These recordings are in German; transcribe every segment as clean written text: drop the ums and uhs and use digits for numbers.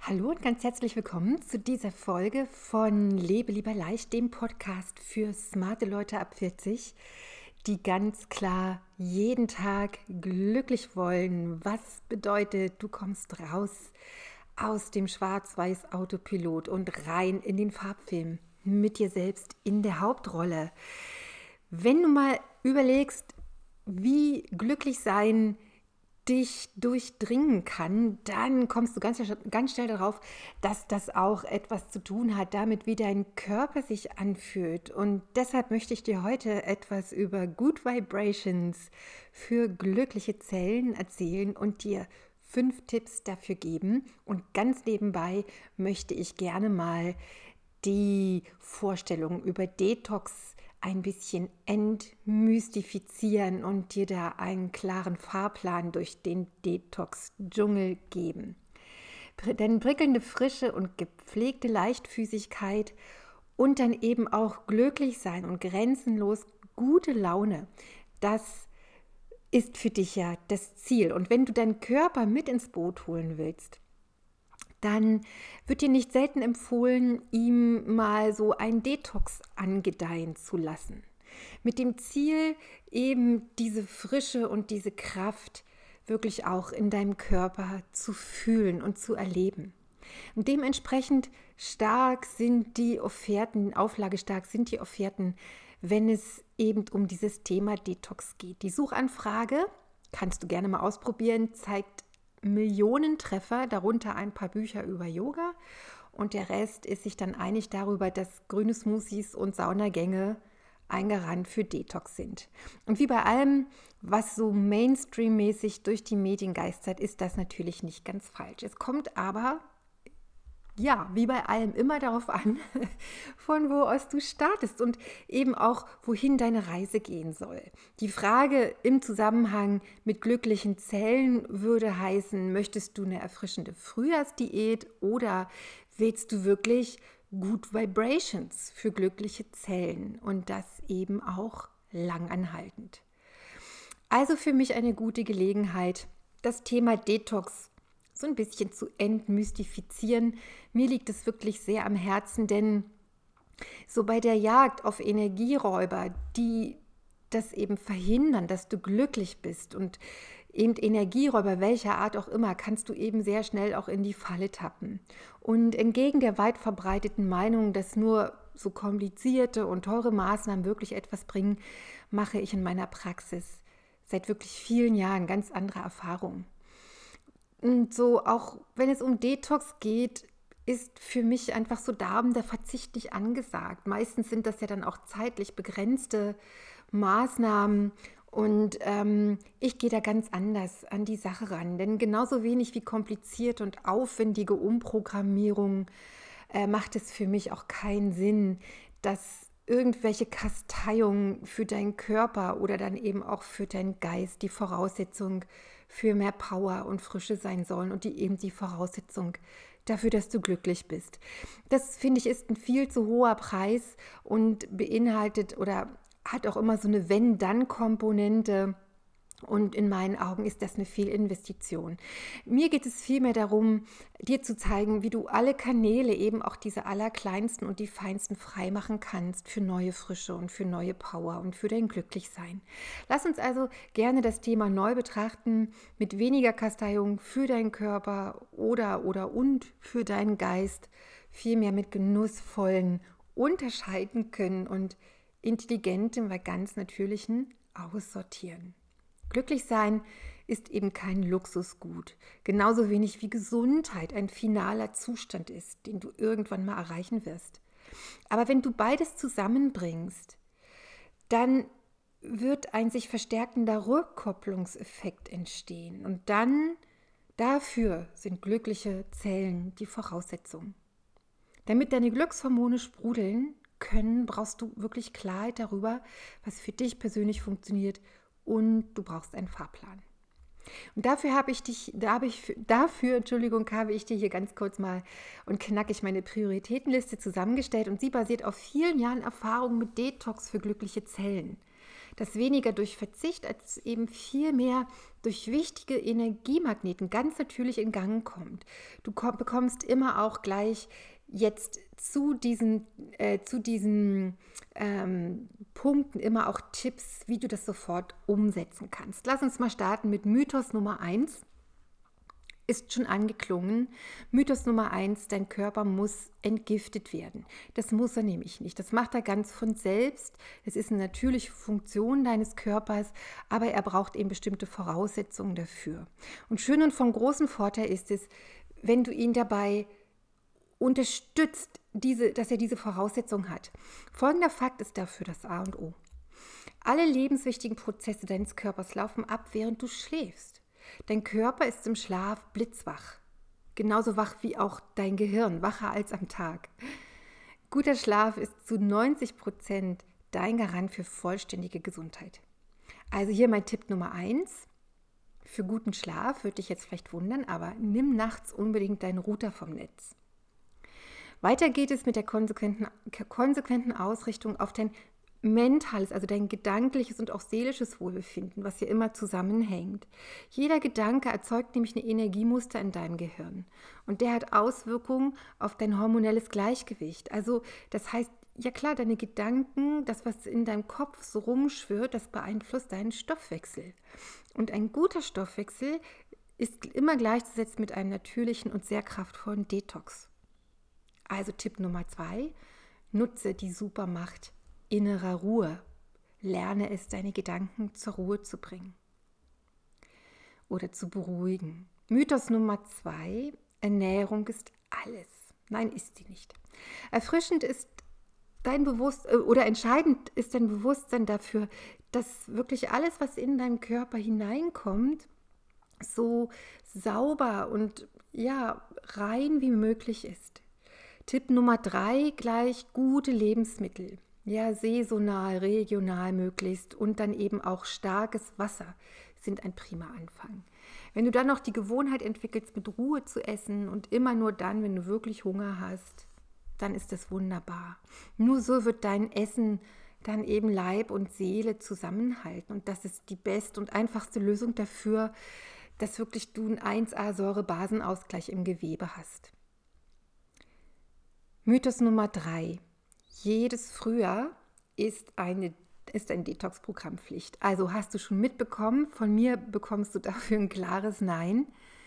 Hallo und ganz herzlich willkommen zu dieser Folge von Lebe lieber leicht, dem Podcast für smarte Leute ab 40, die ganz klar jeden Tag glücklich wollen. Was bedeutet, du kommst raus aus dem Schwarz-Weiß-Autopilot und rein in den Farbfilm mit dir selbst in der Hauptrolle. Wenn du mal überlegst, wie glücklich sein dich durchdringen kann, dann kommst du ganz schnell darauf, dass das auch etwas zu tun hat damit, wie dein Körper sich anfühlt. Und deshalb möchte ich dir heute etwas über Good Vibrations für glückliche Zellen erzählen und dir 5 Tipps dafür geben. Und ganz nebenbei möchte ich gerne mal die Vorstellung über Detox ein bisschen entmystifizieren und dir da einen klaren Fahrplan durch den Detox-Dschungel geben. Denn prickelnde Frische und gepflegte Leichtfüßigkeit und dann eben auch glücklich sein und grenzenlos gute Laune, das ist für dich ja das Ziel. Und wenn du deinen Körper mit ins Boot holen willst, dann wird dir nicht selten empfohlen, ihm mal so einen Detox angedeihen zu lassen. Mit dem Ziel, eben diese Frische und diese Kraft wirklich auch in deinem Körper zu fühlen und zu erleben. Und dementsprechend stark sind die Offerten, auflagestark sind die Offerten, wenn es eben um dieses Thema Detox geht. Die Suchanfrage, kannst du gerne mal ausprobieren, zeigt Millionen Treffer, darunter ein paar Bücher über Yoga, und der Rest ist sich dann einig darüber, dass grüne Smoothies und Saunagänge ein Garant für Detox sind. Und wie bei allem, was so Mainstream-mäßig durch die Medien geistert, ist das natürlich nicht ganz falsch. Es kommt aber, ja, wie bei allem immer darauf an, von wo aus du startest und eben auch, wohin deine Reise gehen soll. Die Frage im Zusammenhang mit glücklichen Zellen würde heißen, möchtest du eine erfrischende Frühjahrsdiät oder willst du wirklich Good Vibrations für glückliche Zellen und das eben auch langanhaltend? Also für mich eine gute Gelegenheit, das Thema Detox so ein bisschen zu entmystifizieren. Mir liegt es wirklich sehr am Herzen, denn so bei der Jagd auf Energieräuber, die das eben verhindern, dass du glücklich bist, und eben Energieräuber welcher Art auch immer, kannst du eben sehr schnell auch in die Falle tappen. Und entgegen der weit verbreiteten Meinung, dass nur so komplizierte und teure Maßnahmen wirklich etwas bringen, mache ich in meiner Praxis seit wirklich vielen Jahren ganz andere Erfahrungen. Und so, auch wenn es um Detox geht, ist für mich einfach so der Verzicht nicht angesagt. Meistens sind das ja dann auch zeitlich begrenzte Maßnahmen, und ich gehe da ganz anders an die Sache ran. Denn genauso wenig wie komplizierte und aufwendige Umprogrammierung macht es für mich auch keinen Sinn, dass irgendwelche Kasteiungen für deinen Körper oder dann eben auch für deinen Geist die Voraussetzung für mehr Power und Frische sein sollen und die eben die Voraussetzung dafür, dass du glücklich bist. Das, finde ich, ist ein viel zu hoher Preis und beinhaltet oder hat auch immer so eine Wenn-Dann-Komponente. Und in meinen Augen ist das eine Fehlinvestition. Mir geht es vielmehr darum, dir zu zeigen, wie du alle Kanäle, eben auch diese allerkleinsten und die feinsten, freimachen kannst für neue Frische und für neue Power und für dein Glücklichsein. Lass uns also gerne das Thema neu betrachten, mit weniger Kasteiung für deinen Körper und für deinen Geist, vielmehr mit genussvollen unterscheiden können und intelligentem, weil ganz natürlichen aussortieren. Glücklich sein ist eben kein Luxusgut, genauso wenig wie Gesundheit ein finaler Zustand ist, den du irgendwann mal erreichen wirst. Aber wenn du beides zusammenbringst, dann wird ein sich verstärkender Rückkopplungseffekt entstehen. Und dann, dafür sind glückliche Zellen die Voraussetzung. Damit deine Glückshormone sprudeln können, brauchst du wirklich Klarheit darüber, was für dich persönlich funktioniert, und du brauchst einen Fahrplan. Und dafür habe ich dir hier ganz kurz mal und knackig meine Prioritätenliste zusammengestellt, und sie basiert auf vielen Jahren Erfahrung mit Detox für glückliche Zellen. Das weniger durch Verzicht, als eben viel mehr durch wichtige Energiemagneten ganz natürlich in Gang kommt. Du bekommst immer auch gleich jetzt zu diesen Punkten immer auch Tipps, wie du das sofort umsetzen kannst. Lass uns mal starten mit Mythos Nummer 1. Ist schon angeklungen. Mythos Nummer 1, dein Körper muss entgiftet werden. Das muss er nämlich nicht. Das macht er ganz von selbst. Es ist eine natürliche Funktion deines Körpers, aber er braucht eben bestimmte Voraussetzungen dafür. Und schön und von großem Vorteil ist es, wenn du ihn dabei unterstützt, dass er diese Voraussetzung hat. Folgender Fakt ist dafür das A und O. Alle lebenswichtigen Prozesse deines Körpers laufen ab, während du schläfst. Dein Körper ist im Schlaf blitzwach. Genauso wach wie auch dein Gehirn, wacher als am Tag. Guter Schlaf ist zu 90% dein Garant für vollständige Gesundheit. Also hier mein Tipp Nummer 1. Für guten Schlaf, würde dich jetzt vielleicht wundern, aber nimm nachts unbedingt deinen Router vom Netz. Weiter geht es mit der konsequenten Ausrichtung auf dein mentales, also dein gedankliches und auch seelisches Wohlbefinden, was ja immer zusammenhängt. Jeder Gedanke erzeugt nämlich eine Energiemuster in deinem Gehirn und der hat Auswirkungen auf dein hormonelles Gleichgewicht. Also das heißt, ja klar, deine Gedanken, das, was in deinem Kopf so rumschwirrt, das beeinflusst deinen Stoffwechsel. Und ein guter Stoffwechsel ist immer gleichzusetzen mit einem natürlichen und sehr kraftvollen Detox. Also Tipp Nummer 2, nutze die Supermacht innerer Ruhe. Lerne es, deine Gedanken zur Ruhe zu bringen oder zu beruhigen. Mythos Nummer 2, Ernährung ist alles. Nein, ist sie nicht. Erfrischend ist entscheidend ist dein Bewusstsein dafür, dass wirklich alles, was in deinen Körper hineinkommt, so sauber und rein wie möglich ist. Tipp Nummer 3, gleich gute Lebensmittel. Ja, saisonal, regional möglichst und dann eben auch starkes Wasser sind ein prima Anfang. Wenn du dann noch die Gewohnheit entwickelst, mit Ruhe zu essen und immer nur dann, wenn du wirklich Hunger hast, dann ist das wunderbar. Nur so wird dein Essen dann eben Leib und Seele zusammenhalten und das ist die beste und einfachste Lösung dafür, dass wirklich du einen 1A Säure-Basen-Ausgleich im Gewebe hast. Mythos Nummer 3. Jedes Frühjahr ist ein Detox-Programm Pflicht. Also hast du schon mitbekommen, von mir bekommst du dafür ein klares Nein.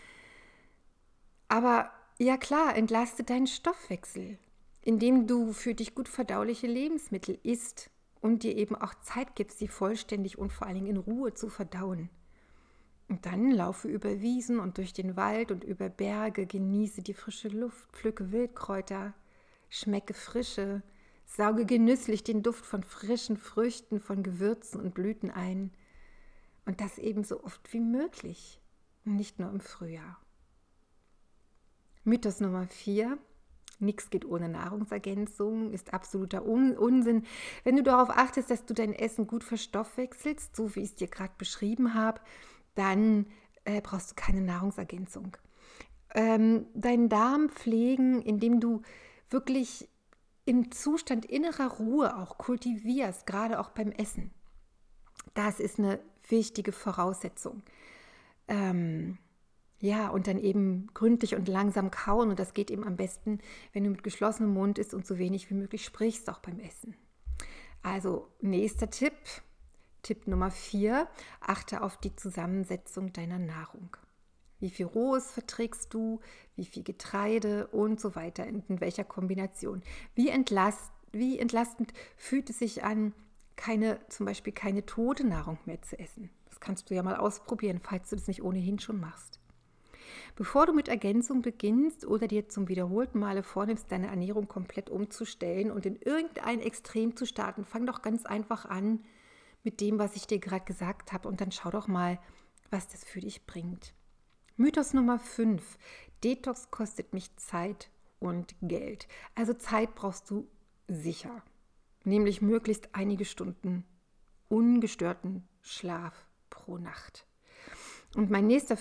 Aber ja klar, entlaste deinen Stoffwechsel, indem du für dich gut verdauliche Lebensmittel isst und dir eben auch Zeit gibst, sie vollständig und vor allen Dingen in Ruhe zu verdauen. Und dann laufe über Wiesen und durch den Wald und über Berge, genieße die frische Luft, pflücke Wildkräuter, schmecke Frische, sauge genüsslich den Duft von frischen Früchten, von Gewürzen und Blüten ein. Und das eben so oft wie möglich, nicht nur im Frühjahr. Mythos Nummer 4. Nichts geht ohne Nahrungsergänzung, ist absoluter Unsinn. Wenn du darauf achtest, dass du dein Essen gut verstoffwechselst, so wie ich es dir gerade beschrieben habe, dann brauchst du keine Nahrungsergänzung. Deinen Darm pflegen, indem du wirklich im Zustand innerer Ruhe auch kultivierst, gerade auch beim Essen. Das ist eine wichtige Voraussetzung. Und dann eben gründlich und langsam kauen und das geht eben am besten, wenn du mit geschlossenem Mund isst und so wenig wie möglich sprichst, auch beim Essen. Also nächster Tipp, Tipp Nummer 4, achte auf die Zusammensetzung deiner Nahrung. Wie viel Rohes verträgst du, wie viel Getreide und so weiter, in welcher Kombination. Wie entlastend fühlt es sich an, zum Beispiel keine tote Nahrung mehr zu essen. Das kannst du ja mal ausprobieren, falls du das nicht ohnehin schon machst. Bevor du mit Ergänzung beginnst oder dir zum wiederholten Male vornimmst, deine Ernährung komplett umzustellen und in irgendein Extrem zu starten, fang doch ganz einfach an mit dem, was ich dir gerade gesagt habe und dann schau doch mal, was das für dich bringt. Mythos Nummer 5. Detox kostet mich Zeit und Geld. Also Zeit brauchst du sicher, nämlich möglichst einige Stunden ungestörten Schlaf pro Nacht. Und nächster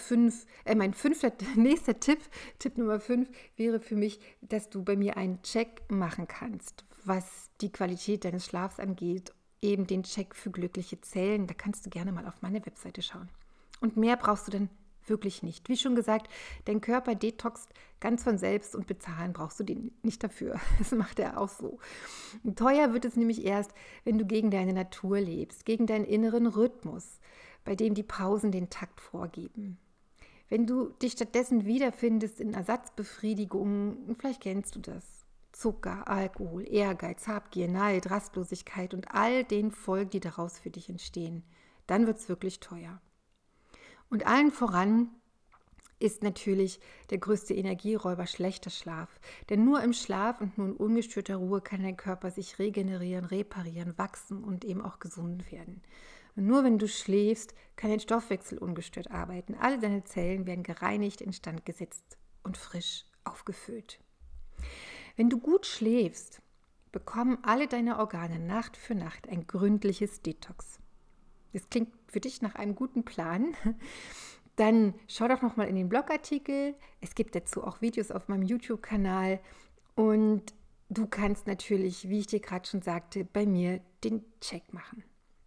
Tipp Nummer 5 wäre für mich, dass du bei mir einen Check machen kannst, was die Qualität deines Schlafs angeht, eben den Check für glückliche Zellen. Da kannst du gerne mal auf meine Webseite schauen. Und mehr brauchst du dann wirklich nicht. Wie schon gesagt, dein Körper detoxt ganz von selbst und bezahlen brauchst du den nicht dafür. Das macht er auch so. Und teuer wird es nämlich erst, wenn du gegen deine Natur lebst, gegen deinen inneren Rhythmus, bei dem die Pausen den Takt vorgeben. Wenn du dich stattdessen wiederfindest in Ersatzbefriedigungen, vielleicht kennst du das. Zucker, Alkohol, Ehrgeiz, Habgier, Neid, Rastlosigkeit und all den Folgen, die daraus für dich entstehen, dann wird es wirklich teuer. Und allen voran ist natürlich der größte Energieräuber schlechter Schlaf. Denn nur im Schlaf und nur in ungestörter Ruhe kann dein Körper sich regenerieren, reparieren, wachsen und eben auch gesund werden. Und nur wenn du schläfst, kann dein Stoffwechsel ungestört arbeiten. Alle deine Zellen werden gereinigt, instand gesetzt und frisch aufgefüllt. Wenn du gut schläfst, bekommen alle deine Organe Nacht für Nacht ein gründliches Detox. Das klingt für dich nach einem guten Plan. Dann schau doch nochmal in den Blogartikel. Es gibt dazu auch Videos auf meinem YouTube-Kanal. Und du kannst natürlich, wie ich dir gerade schon sagte, bei mir den Check machen.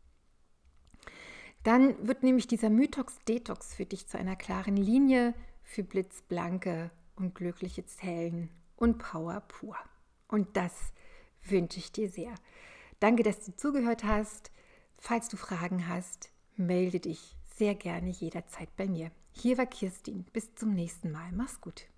Dann wird nämlich dieser Mytox-Detox für dich zu einer klaren Linie für blitzblanke und glückliche Zellen und Power pur. Und das wünsche ich dir sehr. Danke, dass du zugehört hast. Falls du Fragen hast, melde dich sehr gerne jederzeit bei mir. Hier war Kirstin. Bis zum nächsten Mal. Mach's gut.